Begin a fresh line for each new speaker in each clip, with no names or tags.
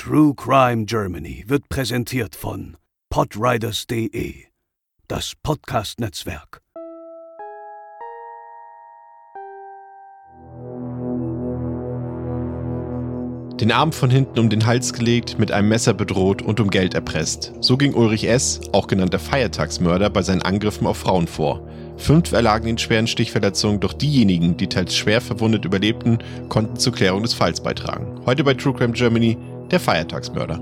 True Crime Germany wird präsentiert von podriders.de, das Podcast-Netzwerk.
Den Arm von hinten um den Hals gelegt, mit einem Messer bedroht und um Geld erpresst. So ging Ulrich S., auch genannt der Feiertagsmörder, bei seinen Angriffen auf Frauen vor. 5 erlagen den schweren Stichverletzungen, doch diejenigen, die teils schwer verwundet überlebten, konnten zur Klärung des Falls beitragen. Heute bei True Crime Germany, der Feiertagsmörder.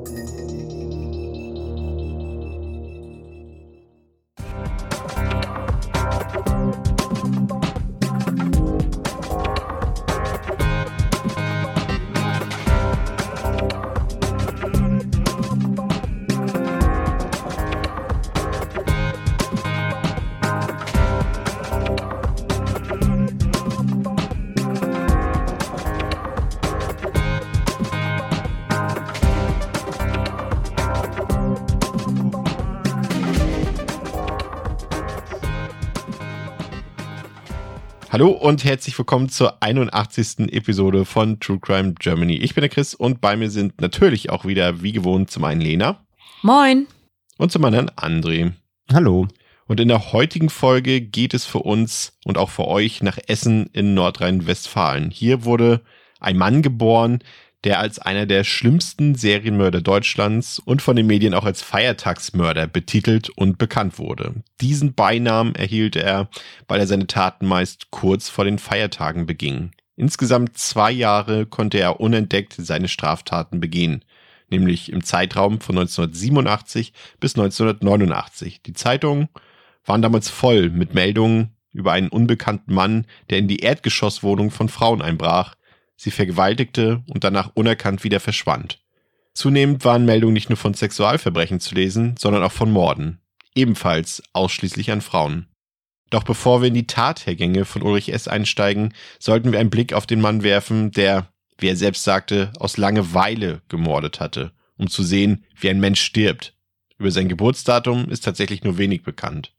Hallo und herzlich willkommen zur 81. Episode von True Crime Germany. Ich bin der Chris und bei mir sind natürlich auch wieder, wie gewohnt, zum einen Lena.
Moin.
Und zum anderen André.
Hallo.
Und in der heutigen Folge geht es für uns und auch für euch nach Essen in Nordrhein-Westfalen. Hier wurde ein Mann geboren, der als einer der schlimmsten Serienmörder Deutschlands und von den Medien auch als Feiertagsmörder betitelt und bekannt wurde. Diesen Beinamen erhielt er, weil er seine Taten meist kurz vor den Feiertagen beging. Insgesamt 2 Jahre konnte er unentdeckt seine Straftaten begehen, nämlich im Zeitraum von 1987 bis 1989. Die Zeitungen waren damals voll mit Meldungen über einen unbekannten Mann, der in die Erdgeschosswohnung von Frauen einbrach, sie vergewaltigte und danach unerkannt wieder verschwand. Zunehmend waren Meldungen nicht nur von Sexualverbrechen zu lesen, sondern auch von Morden. Ebenfalls ausschließlich an Frauen. Doch bevor wir in die Tathergänge von Ulrich S. einsteigen, sollten wir einen Blick auf den Mann werfen, der, wie er selbst sagte, aus Langeweile gemordet hatte, um zu sehen, wie ein Mensch stirbt. Über sein Geburtsdatum ist tatsächlich nur wenig bekannt.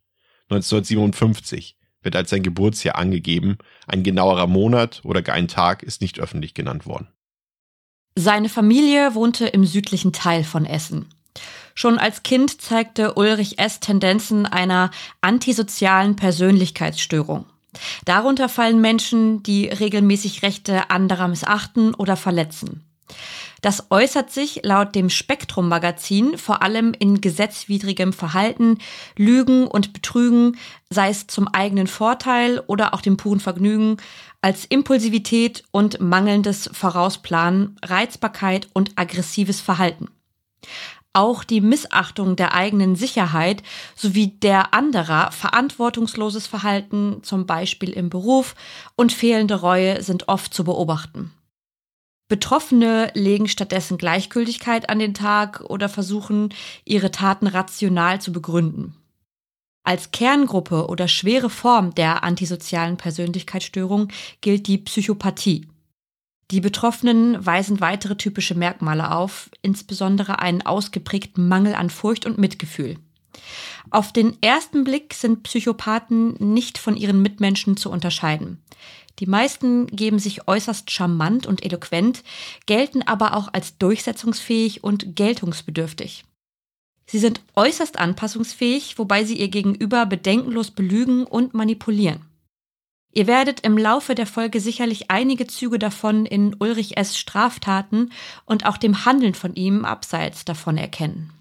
1957 wird als sein Geburtsjahr angegeben, ein genauerer Monat oder gar ein Tag ist nicht öffentlich genannt worden.
Seine Familie wohnte im südlichen Teil von Essen. Schon als Kind zeigte Ulrich S. Tendenzen einer antisozialen Persönlichkeitsstörung. Darunter fallen Menschen, die regelmäßig Rechte anderer missachten oder verletzen. Das äußert sich laut dem Spektrum-Magazin vor allem in gesetzwidrigem Verhalten, Lügen und Betrügen, sei es zum eigenen Vorteil oder auch dem puren Vergnügen, als Impulsivität und mangelndes Vorausplanen, Reizbarkeit und aggressives Verhalten. Auch die Missachtung der eigenen Sicherheit sowie der anderer verantwortungsloses Verhalten, zum Beispiel im Beruf, und fehlende Reue sind oft zu beobachten. Betroffene legen stattdessen Gleichgültigkeit an den Tag oder versuchen, ihre Taten rational zu begründen. Als Kerngruppe oder schwere Form der antisozialen Persönlichkeitsstörung gilt die Psychopathie. Die Betroffenen weisen weitere typische Merkmale auf, insbesondere einen ausgeprägten Mangel an Furcht und Mitgefühl. Auf den ersten Blick sind Psychopathen nicht von ihren Mitmenschen zu unterscheiden. Die meisten geben sich äußerst charmant und eloquent, gelten aber auch als durchsetzungsfähig und geltungsbedürftig. Sie sind äußerst anpassungsfähig, wobei sie ihr Gegenüber bedenkenlos belügen und manipulieren. Ihr werdet im Laufe der Folge sicherlich einige Züge davon in Ulrich S. Straftaten und auch dem Handeln von ihm abseits davon erkennen.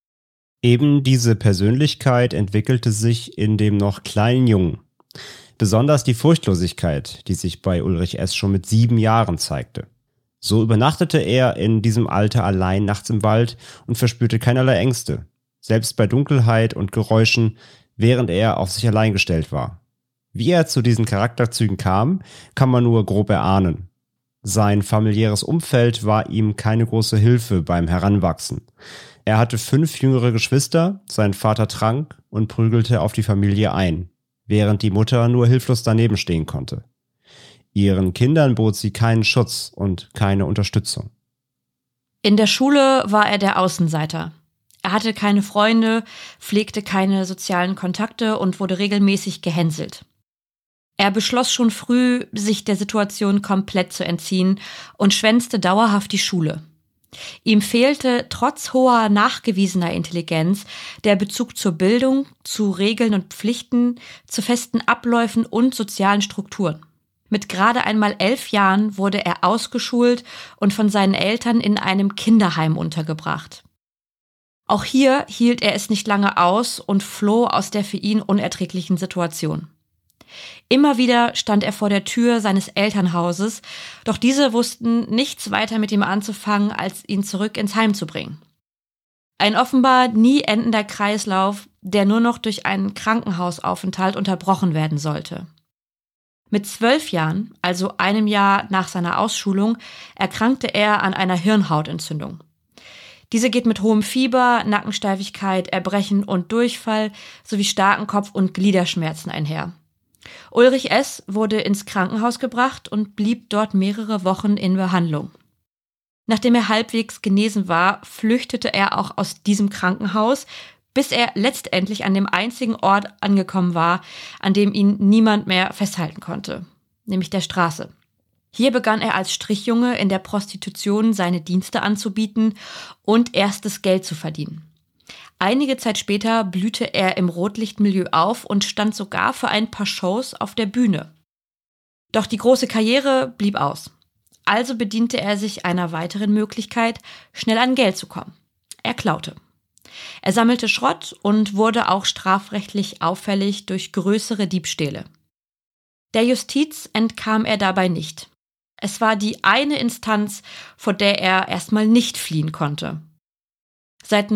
Eben diese Persönlichkeit entwickelte sich in dem noch kleinen Jungen. Besonders die Furchtlosigkeit, die sich bei Ulrich S. schon mit 7 Jahren zeigte. So übernachtete er in diesem Alter allein nachts im Wald und verspürte keinerlei Ängste, selbst bei Dunkelheit und Geräuschen, während er auf sich allein gestellt war. Wie er zu diesen Charakterzügen kam, kann man nur grob erahnen. Sein familiäres Umfeld war ihm keine große Hilfe beim Heranwachsen. Er hatte 5 jüngere Geschwister, sein Vater trank und prügelte auf die Familie ein, während die Mutter nur hilflos daneben stehen konnte. Ihren Kindern bot sie keinen Schutz und keine Unterstützung.
In der Schule war er der Außenseiter. Er hatte keine Freunde, pflegte keine sozialen Kontakte und wurde regelmäßig gehänselt. Er beschloss schon früh, sich der Situation komplett zu entziehen und schwänzte dauerhaft die Schule. Ihm fehlte trotz hoher nachgewiesener Intelligenz der Bezug zur Bildung, zu Regeln und Pflichten, zu festen Abläufen und sozialen Strukturen. Mit gerade einmal 11 Jahren wurde er ausgeschult und von seinen Eltern in einem Kinderheim untergebracht. Auch hier hielt er es nicht lange aus und floh aus der für ihn unerträglichen Situation. Immer wieder stand er vor der Tür seines Elternhauses, doch diese wussten nichts weiter mit ihm anzufangen, als ihn zurück ins Heim zu bringen. Ein offenbar nie endender Kreislauf, der nur noch durch einen Krankenhausaufenthalt unterbrochen werden sollte. Mit 12 Jahren, also einem Jahr nach seiner Ausschulung, erkrankte er an einer Hirnhautentzündung. Diese geht mit hohem Fieber, Nackensteifigkeit, Erbrechen und Durchfall sowie starken Kopf- und Gliederschmerzen einher. Ulrich S. wurde ins Krankenhaus gebracht und blieb dort mehrere Wochen in Behandlung. Nachdem er halbwegs genesen war, flüchtete er auch aus diesem Krankenhaus, bis er letztendlich an dem einzigen Ort angekommen war, an dem ihn niemand mehr festhalten konnte, nämlich der Straße. Hier begann er als Strichjunge in der Prostitution seine Dienste anzubieten und erstes Geld zu verdienen. Einige Zeit später blühte er im Rotlichtmilieu auf und stand sogar für ein paar Shows auf der Bühne. Doch die große Karriere blieb aus. Also bediente er sich einer weiteren Möglichkeit, schnell an Geld zu kommen. Er klaute. Er sammelte Schrott und wurde auch strafrechtlich auffällig durch größere Diebstähle. Der Justiz entkam er dabei nicht. Es war die eine Instanz, vor der er erstmal nicht fliehen konnte. Seit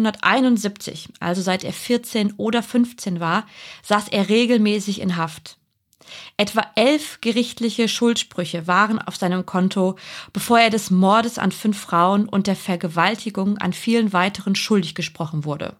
1971, also seit er 14 oder 15 war, saß er regelmäßig in Haft. Etwa 11 gerichtliche Schuldsprüche waren auf seinem Konto, bevor er des Mordes an 5 Frauen und der Vergewaltigung an vielen weiteren schuldig gesprochen wurde.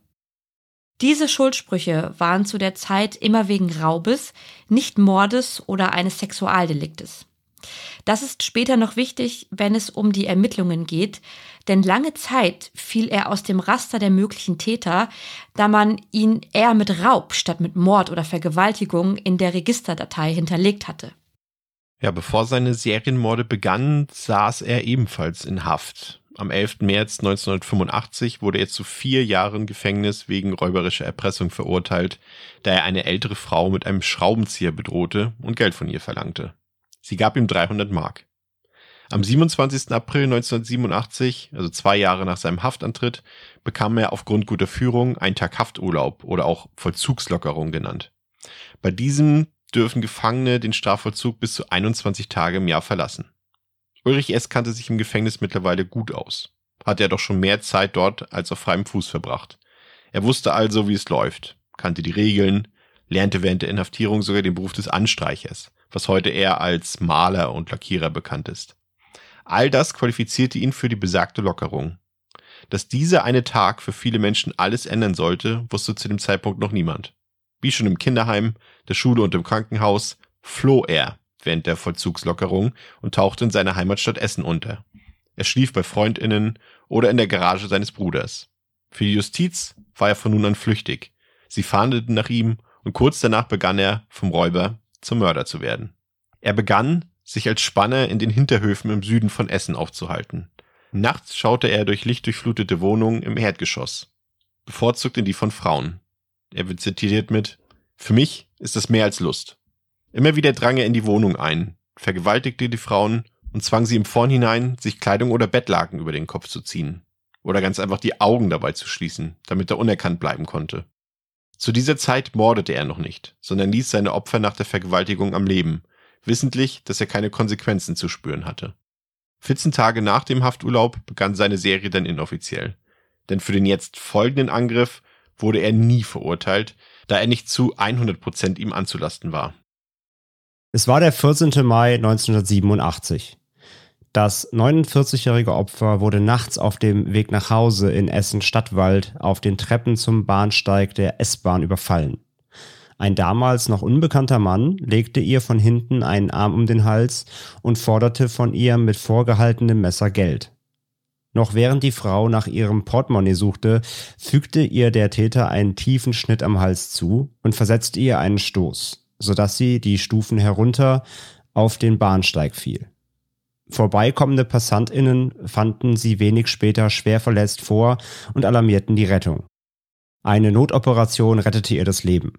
Diese Schuldsprüche waren zu der Zeit immer wegen Raubes, nicht Mordes oder eines Sexualdeliktes. Das ist später noch wichtig, wenn es um die Ermittlungen geht, denn lange Zeit fiel er aus dem Raster der möglichen Täter, da man ihn eher mit Raub statt mit Mord oder Vergewaltigung in der Registerdatei hinterlegt hatte.
Ja, bevor seine Serienmorde begannen, saß er ebenfalls in Haft. Am 11. März 1985 wurde er zu 4 Jahren Gefängnis wegen räuberischer Erpressung verurteilt, da er eine ältere Frau mit einem Schraubenzieher bedrohte und Geld von ihr verlangte. Sie gab ihm 300 Mark. Am 27. April 1987, also 2 Jahre nach seinem Haftantritt, bekam er aufgrund guter Führung einen Tag Hafturlaub oder auch Vollzugslockerung genannt. Bei diesem dürfen Gefangene den Strafvollzug bis zu 21 Tage im Jahr verlassen. Ulrich S. kannte sich im Gefängnis mittlerweile gut aus. Hatte er doch schon mehr Zeit dort als auf freiem Fuß verbracht. Er wusste also, wie es läuft, kannte die Regeln, lernte während der Inhaftierung sogar den Beruf des Anstreichers, was heute eher als Maler und Lackierer bekannt ist. All das qualifizierte ihn für die besagte Lockerung. Dass dieser eine Tag für viele Menschen alles ändern sollte, wusste zu dem Zeitpunkt noch niemand. Wie schon im Kinderheim, der Schule und im Krankenhaus floh er während der Vollzugslockerung und tauchte in seiner Heimatstadt Essen unter. Er schlief bei FreundInnen oder in der Garage seines Bruders. Für die Justiz war er von nun an flüchtig. Sie fahndeten nach ihm und kurz danach begann er, vom Räuber zum Mörder zu werden. Er begann, sich als Spanner in den Hinterhöfen im Süden von Essen aufzuhalten. Nachts schaute er durch lichtdurchflutete Wohnungen im Erdgeschoss, bevorzugt in die von Frauen. Er wird zitiert mit: „Für mich ist es mehr als Lust." Immer wieder drang er in die Wohnung ein, vergewaltigte die Frauen und zwang sie im Vornhinein, sich Kleidung oder Bettlaken über den Kopf zu ziehen. Oder ganz einfach die Augen dabei zu schließen, damit er unerkannt bleiben konnte. Zu dieser Zeit mordete er noch nicht, sondern ließ seine Opfer nach der Vergewaltigung am Leben, wissentlich, dass er keine Konsequenzen zu spüren hatte. 14 Tage nach dem Hafturlaub begann seine Serie dann inoffiziell. Denn für den jetzt folgenden Angriff wurde er nie verurteilt, da er nicht zu 100% ihm anzulasten war.
Es war der 14. Mai 1987. Das 49-jährige Opfer wurde nachts auf dem Weg nach Hause in Essen-Stadtwald auf den Treppen zum Bahnsteig der S-Bahn überfallen. Ein damals noch unbekannter Mann legte ihr von hinten einen Arm um den Hals und forderte von ihr mit vorgehaltenem Messer Geld. Noch während die Frau nach ihrem Portemonnaie suchte, fügte ihr der Täter einen tiefen Schnitt am Hals zu und versetzte ihr einen Stoß, sodass sie die Stufen herunter auf den Bahnsteig fiel. Vorbeikommende PassantInnen fanden sie wenig später schwer verletzt vor und alarmierten die Rettung. Eine Notoperation rettete ihr das Leben.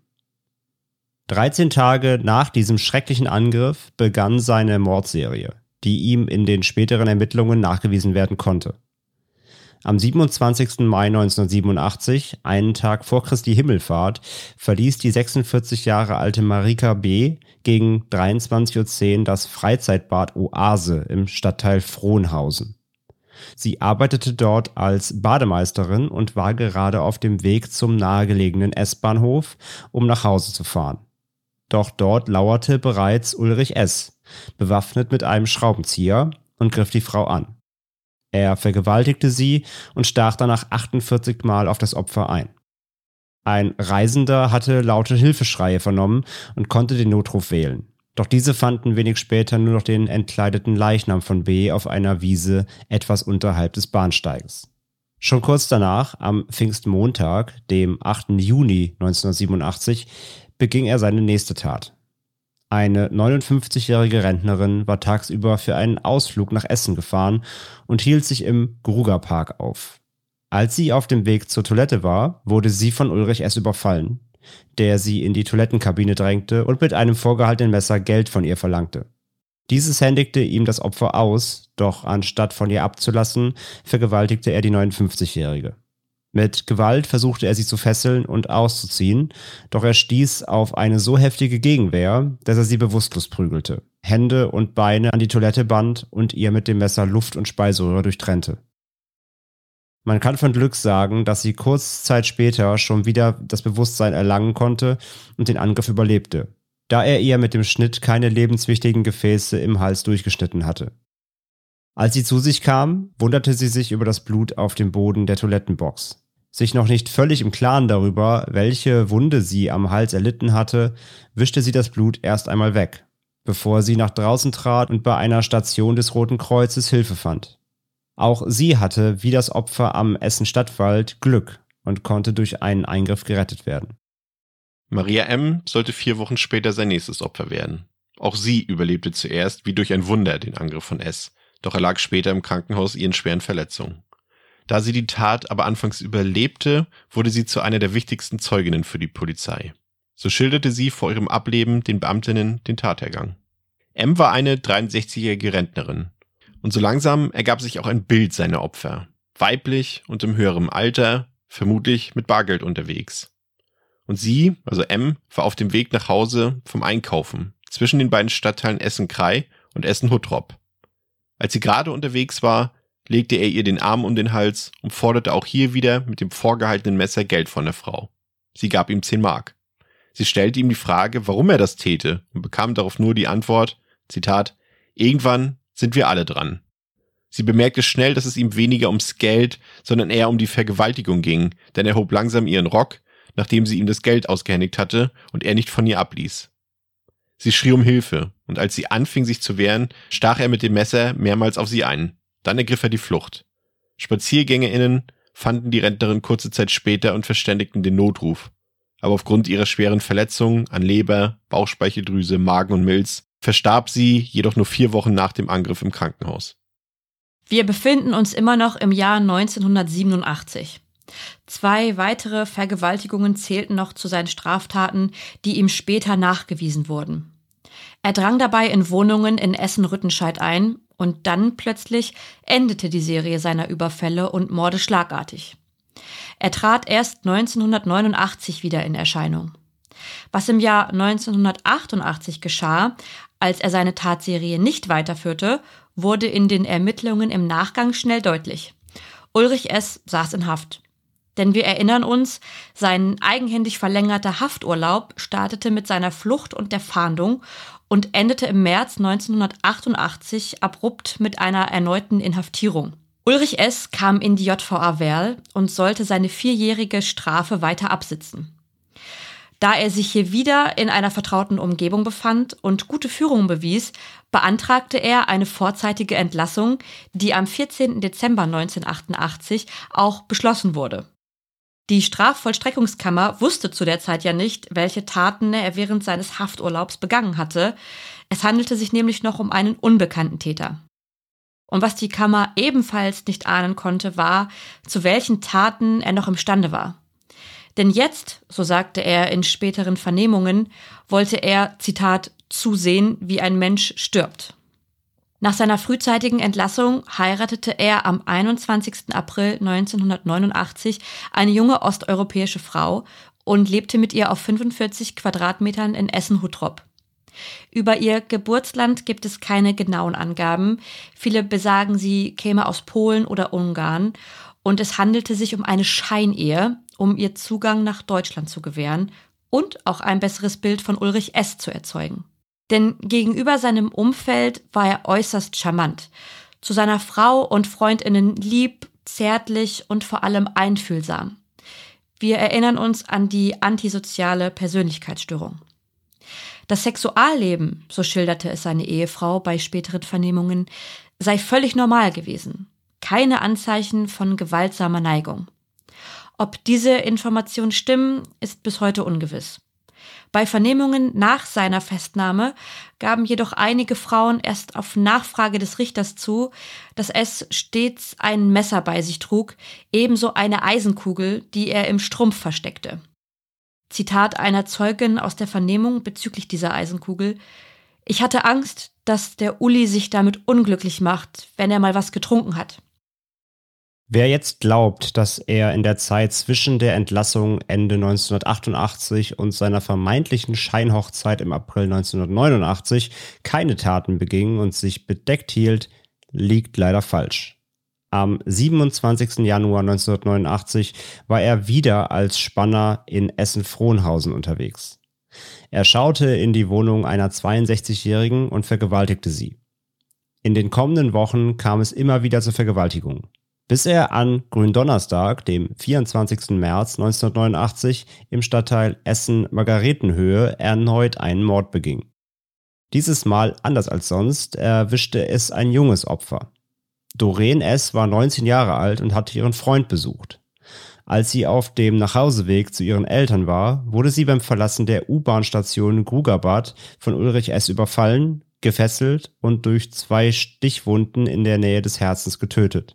13 Tage nach diesem schrecklichen Angriff begann seine Mordserie, die ihm in den späteren Ermittlungen nachgewiesen werden konnte. Am 27. Mai 1987, einen Tag vor Christi Himmelfahrt, verließ die 46 Jahre alte Marika B. gegen 23:10 Uhr das Freizeitbad Oase im Stadtteil Frohnhausen. Sie arbeitete dort als Bademeisterin und war gerade auf dem Weg zum nahegelegenen S-Bahnhof, um nach Hause zu fahren. Doch dort lauerte bereits Ulrich S., bewaffnet mit einem Schraubenzieher, und griff die Frau an. Er vergewaltigte sie und stach danach 48 Mal auf das Opfer ein. Ein Reisender hatte laute Hilfeschreie vernommen und konnte den Notruf wählen. Doch diese fanden wenig später nur noch den entkleideten Leichnam von B. auf einer Wiese etwas unterhalb des Bahnsteiges. Schon kurz danach, am Pfingstmontag, dem 8. Juni 1987, beging er seine nächste Tat. Eine 59-jährige Rentnerin war tagsüber für einen Ausflug nach Essen gefahren und hielt sich im Grugerpark auf. Als sie auf dem Weg zur Toilette war, wurde sie von Ulrich S. überfallen, der sie in die Toilettenkabine drängte und mit einem vorgehaltenen Messer Geld von ihr verlangte. Dieses händigte ihm das Opfer aus, doch anstatt von ihr abzulassen, vergewaltigte er die 59-jährige. Mit Gewalt versuchte er sie zu fesseln und auszuziehen, doch er stieß auf eine so heftige Gegenwehr, dass er sie bewusstlos prügelte, Hände und Beine an die Toilette band und ihr mit dem Messer Luft und Speiseröhre durchtrennte. Man kann von Glück sagen, dass sie kurz Zeit später schon wieder das Bewusstsein erlangen konnte und den Angriff überlebte, da er ihr mit dem Schnitt keine lebenswichtigen Gefäße im Hals durchgeschnitten hatte. Als sie zu sich kam, wunderte sie sich über das Blut auf dem Boden der Toilettenbox. Sich noch nicht völlig im Klaren darüber, welche Wunde sie am Hals erlitten hatte, wischte sie das Blut erst einmal weg, bevor sie nach draußen trat und bei einer Station des Roten Kreuzes Hilfe fand. Auch sie hatte, wie das Opfer am Essen-Stadtwald, Glück und konnte durch einen Eingriff gerettet werden.
Maria M. sollte 4 Wochen später sein nächstes Opfer werden. Auch sie überlebte zuerst wie durch ein Wunder den Angriff von S., doch erlag später im Krankenhaus ihren schweren Verletzungen. Da sie die Tat aber anfangs überlebte, wurde sie zu einer der wichtigsten Zeuginnen für die Polizei. So schilderte sie vor ihrem Ableben den Beamtinnen den Tathergang. M. war eine 63-jährige Rentnerin. Und so langsam ergab sich auch ein Bild seiner Opfer. Weiblich und im höheren Alter, vermutlich mit Bargeld unterwegs. Und sie, also M., war auf dem Weg nach Hause vom Einkaufen, zwischen den beiden Stadtteilen Essen-Krei und Essen-Huttrop. Als sie gerade unterwegs war, legte er ihr den Arm um den Hals und forderte auch hier wieder mit dem vorgehaltenen Messer Geld von der Frau. Sie gab ihm 10 Mark. Sie stellte ihm die Frage, warum er das täte, und bekam darauf nur die Antwort, Zitat, irgendwann sind wir alle dran. Sie bemerkte schnell, dass es ihm weniger ums Geld, sondern eher um die Vergewaltigung ging, denn er hob langsam ihren Rock, nachdem sie ihm das Geld ausgehändigt hatte und er nicht von ihr abließ. Sie schrie um Hilfe, und als sie anfing, sich zu wehren, stach er mit dem Messer mehrmals auf sie ein. Dann ergriff er die Flucht. SpaziergängerInnen fanden die Rentnerin kurze Zeit später und verständigten den Notruf. Aber aufgrund ihrer schweren Verletzungen an Leber, Bauchspeicheldrüse, Magen und Milz verstarb sie jedoch nur 4 Wochen nach dem Angriff im Krankenhaus.
Wir befinden uns immer noch im Jahr 1987. 2 weitere Vergewaltigungen zählten noch zu seinen Straftaten, die ihm später nachgewiesen wurden. Er drang dabei in Wohnungen in Essen-Rüttenscheid ein und dann plötzlich endete die Serie seiner Überfälle und Morde schlagartig. Er trat erst 1989 wieder in Erscheinung. Was im Jahr 1988 geschah, als er seine Tatserie nicht weiterführte, wurde in den Ermittlungen im Nachgang schnell deutlich. Ulrich S. saß in Haft. Denn wir erinnern uns, sein eigenhändig verlängerter Hafturlaub startete mit seiner Flucht und der Fahndung und endete im März 1988 abrupt mit einer erneuten Inhaftierung. Ulrich S. kam in die JVA Werl und sollte seine 4-jährige Strafe weiter absitzen. Da er sich hier wieder in einer vertrauten Umgebung befand und gute Führung bewies, beantragte er eine vorzeitige Entlassung, die am 14. Dezember 1988 auch beschlossen wurde. Die Strafvollstreckungskammer wusste zu der Zeit ja nicht, welche Taten er während seines Hafturlaubs begangen hatte. Es handelte sich nämlich noch um einen unbekannten Täter. Und was die Kammer ebenfalls nicht ahnen konnte, war, zu welchen Taten er noch imstande war. Denn jetzt, so sagte er in späteren Vernehmungen, wollte er, Zitat, zusehen, wie ein Mensch stirbt. Nach seiner frühzeitigen Entlassung heiratete er am 21. April 1989 eine junge osteuropäische Frau und lebte mit ihr auf 45 Quadratmetern in Essen-Huttrop. Über ihr Geburtsland gibt es keine genauen Angaben. Viele besagen, sie käme aus Polen oder Ungarn und es handelte sich um eine Scheinehe, um ihr Zugang nach Deutschland zu gewähren und auch ein besseres Bild von Ulrich S. zu erzeugen. Denn gegenüber seinem Umfeld war er äußerst charmant, zu seiner Frau und Freundinnen lieb, zärtlich und vor allem einfühlsam. Wir erinnern uns an die antisoziale Persönlichkeitsstörung. Das Sexualleben, so schilderte es seine Ehefrau bei späteren Vernehmungen, sei völlig normal gewesen. Keine Anzeichen von gewaltsamer Neigung. Ob diese Informationen stimmen, ist bis heute ungewiss. Bei Vernehmungen nach seiner Festnahme gaben jedoch einige Frauen erst auf Nachfrage des Richters zu, dass es stets ein Messer bei sich trug, ebenso eine Eisenkugel, die er im Strumpf versteckte. Zitat einer Zeugin aus der Vernehmung bezüglich dieser Eisenkugel: Ich hatte Angst, dass der Uli sich damit unglücklich macht, wenn er mal was getrunken hat.
Wer jetzt glaubt, dass er in der Zeit zwischen der Entlassung Ende 1988 und seiner vermeintlichen Scheinhochzeit im April 1989 keine Taten beging und sich bedeckt hielt, liegt leider falsch. Am 27. Januar 1989 war er wieder als Spanner in Essen-Frohnhausen unterwegs. Er schaute in die Wohnung einer 62-Jährigen und vergewaltigte sie. In den kommenden Wochen kam es immer wieder zu Vergewaltigungen, bis er an Gründonnerstag, dem 24. März 1989, im Stadtteil Essen-Margaretenhöhe erneut einen Mord beging. Dieses Mal, anders als sonst, erwischte es ein junges Opfer. Doreen S. war 19 Jahre alt und hatte ihren Freund besucht. Als sie auf dem Nachhauseweg zu ihren Eltern war, wurde sie beim Verlassen der U-Bahn-Station Grugerbad von Ulrich S. überfallen, gefesselt und durch 2 Stichwunden in der Nähe des Herzens getötet.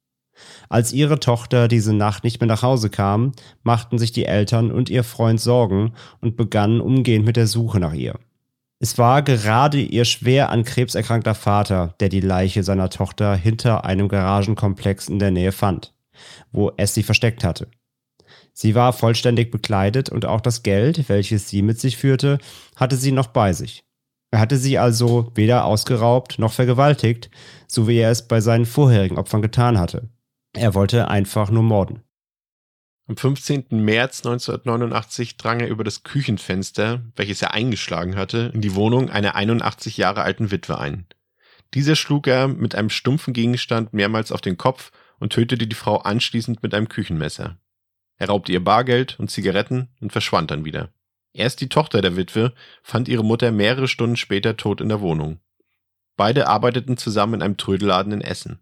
Als ihre Tochter diese Nacht nicht mehr nach Hause kam, machten sich die Eltern und ihr Freund Sorgen und begannen umgehend mit der Suche nach ihr. Es war gerade ihr schwer an Krebs erkrankter Vater, der die Leiche seiner Tochter hinter einem Garagenkomplex in der Nähe fand, wo es sie versteckt hatte. Sie war vollständig bekleidet und auch das Geld, welches sie mit sich führte, hatte sie noch bei sich. Er hatte sie also weder ausgeraubt noch vergewaltigt, so wie er es bei seinen vorherigen Opfern getan hatte. Er wollte einfach nur morden.
Am 15. März 1989 drang er über das Küchenfenster, welches er eingeschlagen hatte, in die Wohnung einer 81 Jahre alten Witwe ein. Dieser schlug er mit einem stumpfen Gegenstand mehrmals auf den Kopf und tötete die Frau anschließend mit einem Küchenmesser. Er raubte ihr Bargeld und Zigaretten und verschwand dann wieder. Erst die Tochter der Witwe fand ihre Mutter mehrere Stunden später tot in der Wohnung. Beide arbeiteten zusammen in einem Trödelladen in Essen.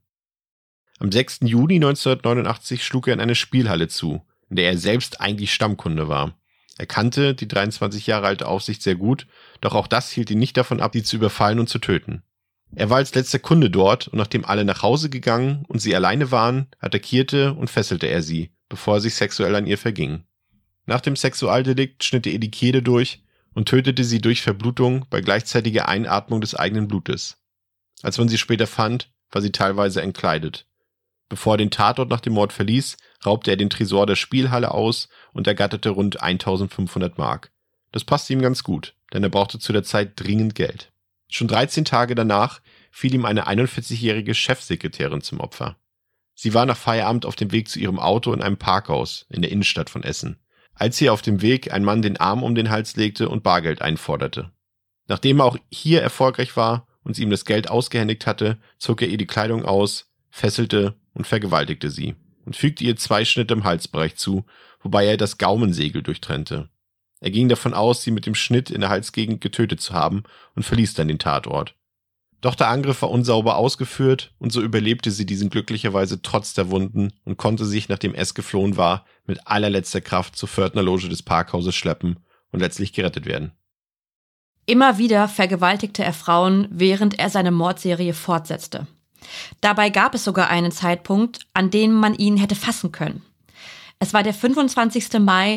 Am 6. Juni 1989 schlug er in eine Spielhalle zu, in der er selbst eigentlich Stammkunde war. Er kannte die 23 Jahre alte Aufsicht sehr gut, doch auch das hielt ihn nicht davon ab, sie zu überfallen und zu töten. Er war als letzter Kunde dort und nachdem alle nach Hause gegangen und sie alleine waren, attackierte und fesselte er sie, bevor er sich sexuell an ihr verging. Nach dem Sexualdelikt schnitt er ihr die Kehle durch und tötete sie durch Verblutung bei gleichzeitiger Einatmung des eigenen Blutes. Als man sie später fand, war sie teilweise entkleidet. Bevor er den Tatort nach dem Mord verließ, raubte er den Tresor der Spielhalle aus und ergatterte rund 1.500 Mark. Das passte ihm ganz gut, denn er brauchte zu der Zeit dringend Geld. Schon 13 Tage danach fiel ihm eine 41-jährige Chefsekretärin zum Opfer. Sie war nach Feierabend auf dem Weg zu ihrem Auto in einem Parkhaus in der Innenstadt von Essen, als ihr auf dem Weg ein Mann den Arm um den Hals legte und Bargeld einforderte. Nachdem er auch hier erfolgreich war und sie ihm das Geld ausgehändigt hatte, zog er ihr die Kleidung aus, fesselte und vergewaltigte sie und fügte ihr 2 Schnitte im Halsbereich zu, wobei er das Gaumensegel durchtrennte. Er ging davon aus, sie mit dem Schnitt in der Halsgegend getötet zu haben und verließ dann den Tatort. Doch der Angriff war unsauber ausgeführt und so überlebte sie diesen glücklicherweise trotz der Wunden und konnte sich, nachdem es geflohen war, mit allerletzter Kraft zur Pförtnerloge des Parkhauses schleppen und letztlich gerettet werden.
Immer wieder vergewaltigte er Frauen, während er seine Mordserie fortsetzte. Dabei gab es sogar einen Zeitpunkt, an dem man ihn hätte fassen können. Es war der 25. Mai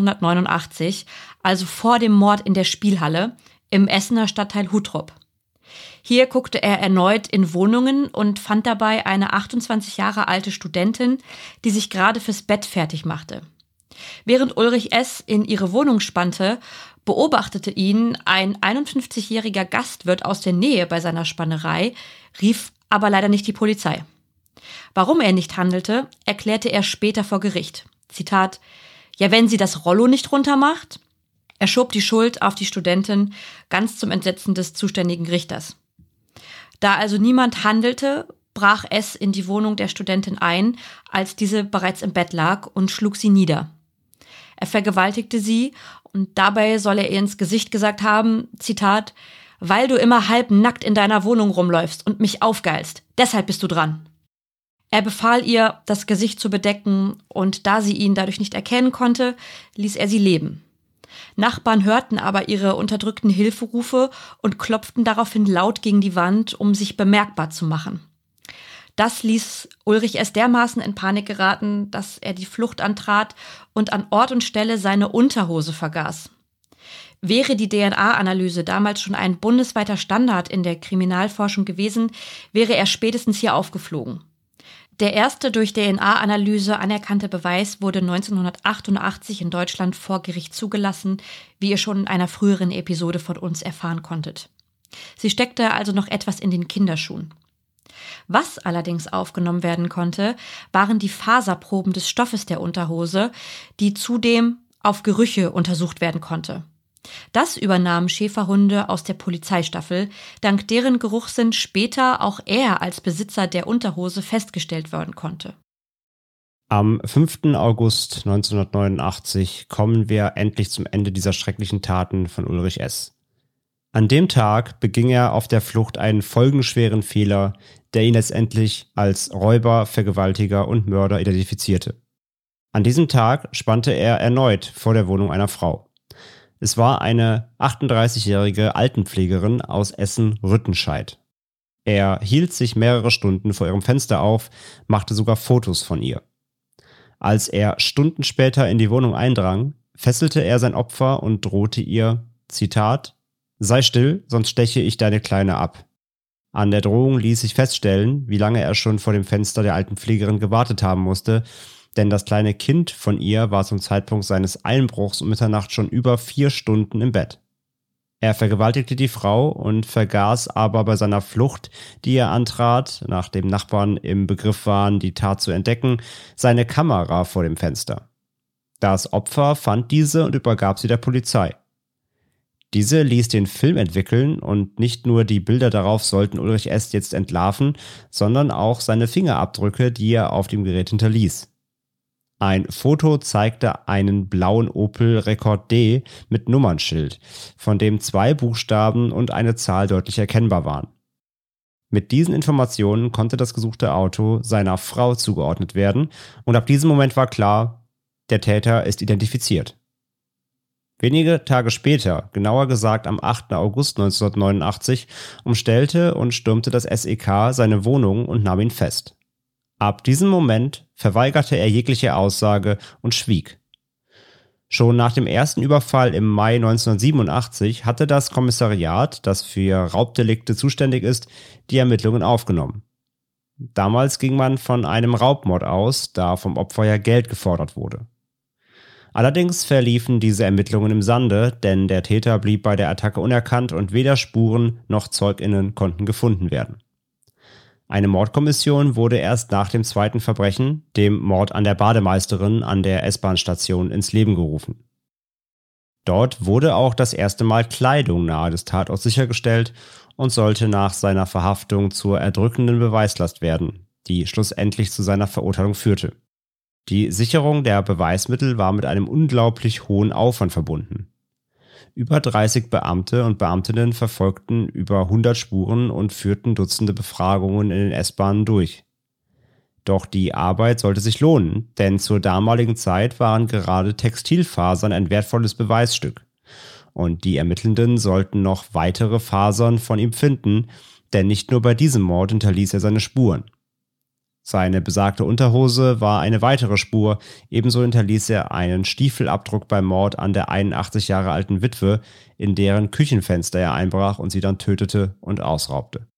1989, also vor dem Mord in der Spielhalle im Essener Stadtteil Huttrup. Hier guckte er erneut in Wohnungen und fand dabei eine 28 Jahre alte Studentin, die sich gerade fürs Bett fertig machte. Während Ulrich S. in ihre Wohnung spannte, beobachtete ihn ein 51-jähriger Gastwirt aus der Nähe bei seiner Spannerei, rief aber leider nicht die Polizei. Warum er nicht handelte, erklärte er später vor Gericht. Zitat: Ja, wenn sie das Rollo nicht runtermacht? Er schob die Schuld auf die Studentin, ganz zum Entsetzen des zuständigen Richters. Da also niemand handelte, brach S. in die Wohnung der Studentin ein, als diese bereits im Bett lag, und schlug sie nieder. Er vergewaltigte sie und dabei soll er ihr ins Gesicht gesagt haben, Zitat: Weil du immer halbnackt in deiner Wohnung rumläufst und mich aufgeilst, deshalb bist du dran. Er befahl ihr, das Gesicht zu bedecken, und da sie ihn dadurch nicht erkennen konnte, ließ er sie leben. Nachbarn hörten aber ihre unterdrückten Hilferufe und klopften daraufhin laut gegen die Wand, um sich bemerkbar zu machen. Das ließ Ulrich S. dermaßen in Panik geraten, dass er die Flucht antrat und an Ort und Stelle seine Unterhose vergaß. Wäre die DNA-Analyse damals schon ein bundesweiter Standard in der Kriminalforschung gewesen, wäre er spätestens hier aufgeflogen. Der erste durch DNA-Analyse anerkannte Beweis wurde 1988 in Deutschland vor Gericht zugelassen, wie ihr schon in einer früheren Episode von uns erfahren konntet. Sie steckte also noch etwas in den Kinderschuhen. Was allerdings aufgenommen werden konnte, waren die Faserproben des Stoffes der Unterhose, die zudem auf Gerüche untersucht werden konnte. Das übernahmen Schäferhunde aus der Polizeistaffel, dank deren Geruchssinn später auch er als Besitzer der Unterhose festgestellt werden konnte.
Am 5. August 1989 kommen wir endlich zum Ende dieser schrecklichen Taten von Ulrich S. An dem Tag beging er auf der Flucht einen folgenschweren Fehler, der ihn letztendlich als Räuber, Vergewaltiger und Mörder identifizierte. An diesem Tag spannte er erneut vor der Wohnung einer Frau. Es war eine 38-jährige Altenpflegerin aus Essen-Rüttenscheid. Er hielt sich mehrere Stunden vor ihrem Fenster auf, machte sogar Fotos von ihr. Als er Stunden später in die Wohnung eindrang, fesselte er sein Opfer und drohte ihr, Zitat: Sei still, sonst steche ich deine Kleine ab. An der Drohung ließ sich feststellen, wie lange er schon vor dem Fenster der Altenpflegerin gewartet haben musste, denn das kleine Kind von ihr war zum Zeitpunkt seines Einbruchs um Mitternacht schon über 4 Stunden im Bett. Er vergewaltigte die Frau und vergaß aber bei seiner Flucht, die er antrat, nachdem Nachbarn im Begriff waren, die Tat zu entdecken, seine Kamera vor dem Fenster. Das Opfer fand diese und übergab sie der Polizei. Diese ließ den Film entwickeln und nicht nur die Bilder darauf sollten Ulrich S. jetzt entlarven, sondern auch seine Fingerabdrücke, die er auf dem Gerät hinterließ. Ein Foto zeigte einen blauen Opel Rekord D mit Nummernschild, von dem 2 Buchstaben und eine Zahl deutlich erkennbar waren. Mit diesen Informationen konnte das gesuchte Auto seiner Frau zugeordnet werden und ab diesem Moment war klar, der Täter ist identifiziert. Wenige Tage später, genauer gesagt am 8. August 1989, umstellte und stürmte das SEK seine Wohnung und nahm ihn fest. Ab diesem Moment verweigerte er jegliche Aussage und schwieg. Schon nach dem ersten Überfall im Mai 1987 hatte das Kommissariat, das für Raubdelikte zuständig ist, die Ermittlungen aufgenommen. Damals ging man von einem Raubmord aus, da vom Opfer ja Geld gefordert wurde. Allerdings verliefen diese Ermittlungen im Sande, denn der Täter blieb bei der Attacke unerkannt und weder Spuren noch ZeugInnen konnten gefunden werden. Eine Mordkommission wurde erst nach dem zweiten Verbrechen, dem Mord an der Bademeisterin an der S-Bahn-Station, ins Leben gerufen. Dort wurde auch das erste Mal Kleidung nahe des Tatorts sichergestellt und sollte nach seiner Verhaftung zur erdrückenden Beweislast werden, die schlussendlich zu seiner Verurteilung führte. Die Sicherung der Beweismittel war mit einem unglaublich hohen Aufwand verbunden. Über 30 Beamte und Beamtinnen verfolgten über 100 Spuren und führten Dutzende Befragungen in den S-Bahnen durch. Doch die Arbeit sollte sich lohnen, denn zur damaligen Zeit waren gerade Textilfasern ein wertvolles Beweisstück. Und die Ermittelnden sollten noch weitere Fasern von ihm finden, Denn nicht nur bei diesem Mord hinterließ er seine Spuren. Seine besagte Unterhose war eine weitere Spur, ebenso hinterließ er einen Stiefelabdruck beim Mord an der 81 Jahre alten Witwe, in deren Küchenfenster er einbrach und sie dann tötete und ausraubte.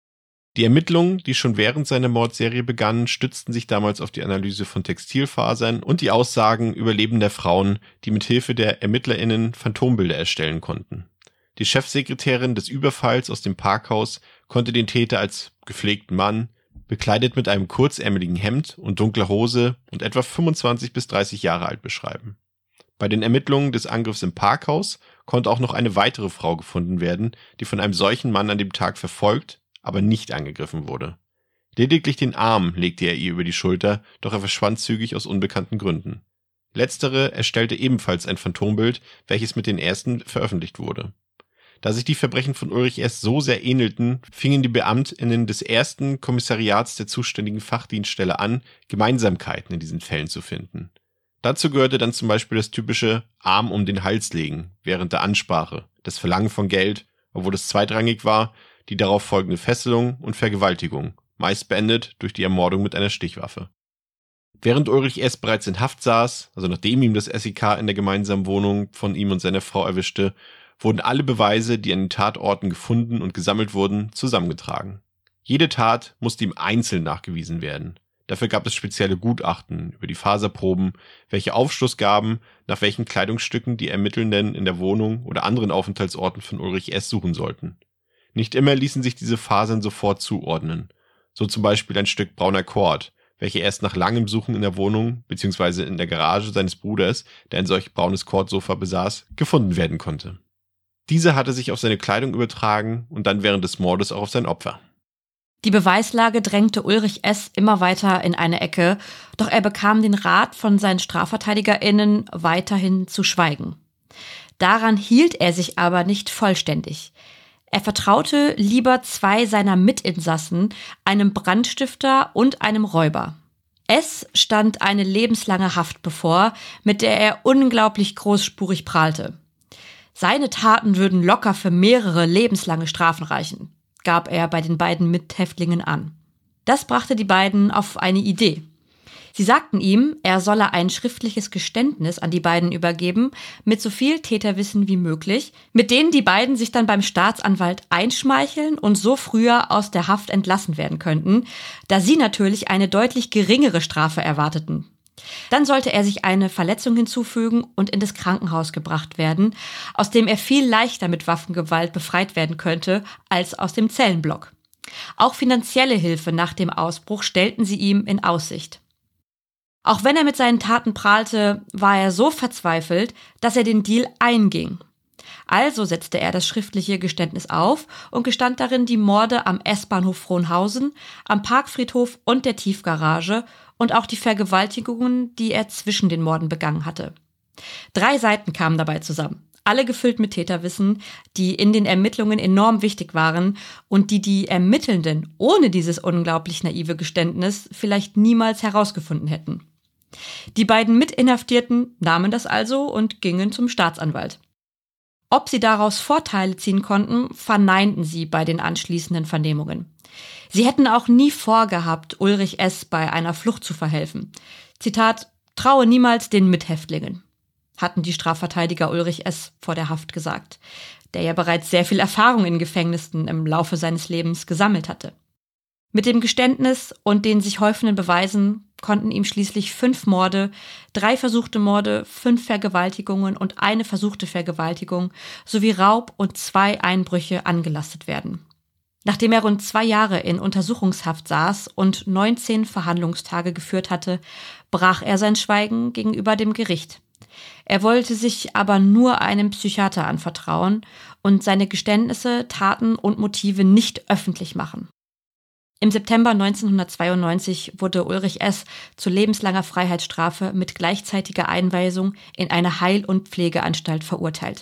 Die Ermittlungen, die schon während seiner Mordserie begannen, stützten sich damals auf die Analyse von Textilfasern und die Aussagen überlebender Frauen, die mithilfe der ErmittlerInnen Phantombilder erstellen konnten. Die Chefsekretärin des Überfalls aus dem Parkhaus konnte den Täter als gepflegten Mann, bekleidet mit einem kurzärmeligen Hemd und dunkler Hose und etwa 25 bis 30 Jahre alt beschreiben. Bei den Ermittlungen des Angriffs im Parkhaus konnte auch noch eine weitere Frau gefunden werden, die von einem solchen Mann an dem Tag verfolgt, aber nicht angegriffen wurde. Lediglich den Arm legte er ihr über die Schulter, doch er verschwand zügig aus unbekannten Gründen. Letztere erstellte ebenfalls ein Phantombild, welches mit den ersten veröffentlicht wurde. Da sich die Verbrechen von Ulrich S. so sehr ähnelten, fingen die BeamtInnen des ersten Kommissariats der zuständigen Fachdienststelle an, Gemeinsamkeiten in diesen Fällen zu finden. Dazu gehörte dann zum Beispiel das typische Arm um den Hals legen während der Ansprache, das Verlangen von Geld, obwohl es zweitrangig war, die darauf folgende Fesselung und Vergewaltigung, meist beendet durch die Ermordung mit einer Stichwaffe. Während Ulrich S. bereits in Haft saß, also nachdem ihm das SEK in der gemeinsamen Wohnung von ihm und seiner Frau erwischte, wurden alle Beweise, die an den Tatorten gefunden und gesammelt wurden, zusammengetragen. Jede Tat musste ihm einzeln nachgewiesen werden. Dafür gab es spezielle Gutachten über die Faserproben, welche Aufschluss gaben, nach welchen Kleidungsstücken die Ermittelnden in der Wohnung oder anderen Aufenthaltsorten von Ulrich S. suchen sollten. Nicht immer ließen sich diese Fasern sofort zuordnen. So zum Beispiel ein Stück brauner Kord, welche erst nach langem Suchen in der Wohnung bzw. in der Garage seines Bruders, der ein solch braunes Kordsofa besaß, gefunden werden konnte. Dieser hatte sich auf seine Kleidung übertragen und dann während des Mordes auch auf sein Opfer.
Die Beweislage drängte Ulrich S. immer weiter in eine Ecke, doch er bekam den Rat von seinen StrafverteidigerInnen, weiterhin zu schweigen. Daran hielt er sich aber nicht vollständig. Er vertraute lieber 2 seiner Mitinsassen, einem Brandstifter und einem Räuber. S. stand eine lebenslange Haft bevor, mit der er unglaublich großspurig prahlte. Seine Taten würden locker für mehrere lebenslange Strafen reichen, gab er bei den beiden Mithäftlingen an. Das brachte die beiden auf eine Idee. Sie sagten ihm, er solle ein schriftliches Geständnis an die beiden übergeben, mit so viel Täterwissen wie möglich, mit denen die beiden sich dann beim Staatsanwalt einschmeicheln und so früher aus der Haft entlassen werden könnten, da sie natürlich eine deutlich geringere Strafe erwarteten. Dann sollte er sich eine Verletzung hinzufügen und in das Krankenhaus gebracht werden, aus dem er viel leichter mit Waffengewalt befreit werden könnte als aus dem Zellenblock. Auch finanzielle Hilfe nach dem Ausbruch stellten sie ihm in Aussicht. Auch wenn er mit seinen Taten prahlte, war er so verzweifelt, dass er den Deal einging. Also setzte er das schriftliche Geständnis auf und gestand darin die Morde am S-Bahnhof Frohnhausen, am Parkfriedhof und der Tiefgarage und auch die Vergewaltigungen, die er zwischen den Morden begangen hatte. 3 Seiten kamen dabei zusammen, alle gefüllt mit Täterwissen, die in den Ermittlungen enorm wichtig waren und die Ermittelnden ohne dieses unglaublich naive Geständnis vielleicht niemals herausgefunden hätten. Die beiden Mitinhaftierten nahmen das also und gingen zum Staatsanwalt. Ob sie daraus Vorteile ziehen konnten, verneinten sie bei den anschließenden Vernehmungen. Sie hätten auch nie vorgehabt, Ulrich S. bei einer Flucht zu verhelfen. Zitat: „Traue niemals den Mithäftlingen“, hatten die Strafverteidiger Ulrich S. vor der Haft gesagt, der ja bereits sehr viel Erfahrung in Gefängnissen im Laufe seines Lebens gesammelt hatte. Mit dem Geständnis und den sich häufenden Beweisen konnten ihm schließlich 5 Morde, 3 versuchte Morde, 5 Vergewaltigungen und eine versuchte Vergewaltigung sowie Raub und 2 Einbrüche angelastet werden. Nachdem er rund 2 Jahre in Untersuchungshaft saß und 19 Verhandlungstage geführt hatte, brach er sein Schweigen gegenüber dem Gericht. Er wollte sich aber nur einem Psychiater anvertrauen und seine Geständnisse, Taten und Motive nicht öffentlich machen. Im September 1992 wurde Ulrich S. zu lebenslanger Freiheitsstrafe mit gleichzeitiger Einweisung in eine Heil- und Pflegeanstalt verurteilt.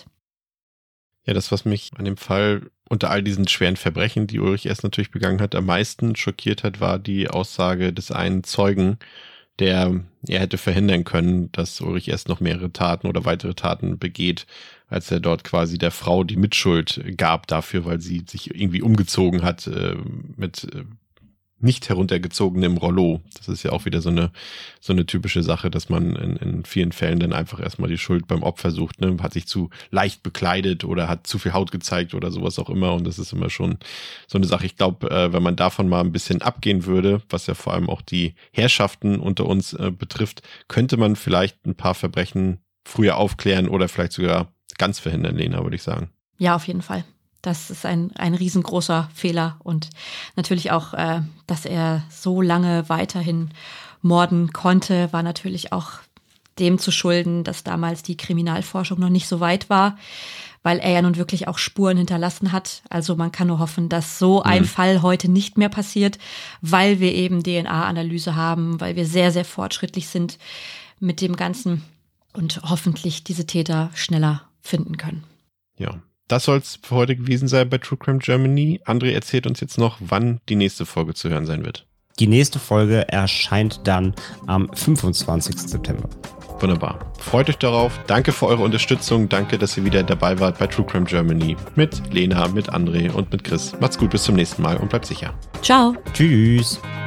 Ja, das, was mich an dem Fall unter all diesen schweren Verbrechen, die Ulrich S. natürlich begangen hat, am meisten schockiert hat, war die Aussage des einen Zeugen, er hätte verhindern können, dass Ulrich S. noch mehrere Taten oder weitere Taten begeht, als er dort quasi der Frau die Mitschuld gab dafür, weil sie sich irgendwie umgezogen hat mit nicht heruntergezogenem Rollo. Das ist ja auch wieder so eine typische Sache, dass man in vielen Fällen dann einfach erstmal die Schuld beim Opfer sucht, ne? Hat sich zu leicht bekleidet oder hat zu viel Haut gezeigt oder sowas auch immer, und das ist immer schon so eine Sache. Ich glaube, wenn man davon mal ein bisschen abgehen würde, was ja vor allem auch die Herrschaften unter uns betrifft, könnte man vielleicht ein paar Verbrechen früher aufklären oder vielleicht sogar ganz verhindern, Lena, würde ich sagen.
Ja, auf jeden Fall. Das ist ein riesengroßer Fehler, und natürlich auch, dass er so lange weiterhin morden konnte, war natürlich auch dem zu schulden, dass damals die Kriminalforschung noch nicht so weit war, weil er ja nun wirklich auch Spuren hinterlassen hat. Also man kann nur hoffen, dass so ein Fall heute nicht mehr passiert, weil wir eben DNA-Analyse haben, weil wir sehr, sehr fortschrittlich sind mit dem Ganzen und hoffentlich diese Täter schneller finden können.
Ja. Das soll es für heute gewesen sein bei True Crime Germany. André erzählt uns jetzt noch, wann die nächste Folge zu hören sein wird.
Die nächste Folge erscheint dann am 25. September.
Wunderbar. Freut euch darauf. Danke für eure Unterstützung. Danke, dass ihr wieder dabei wart bei True Crime Germany. Mit Lena, mit André und mit Chris. Macht's gut, bis zum nächsten Mal und bleibt sicher.
Ciao.
Tschüss.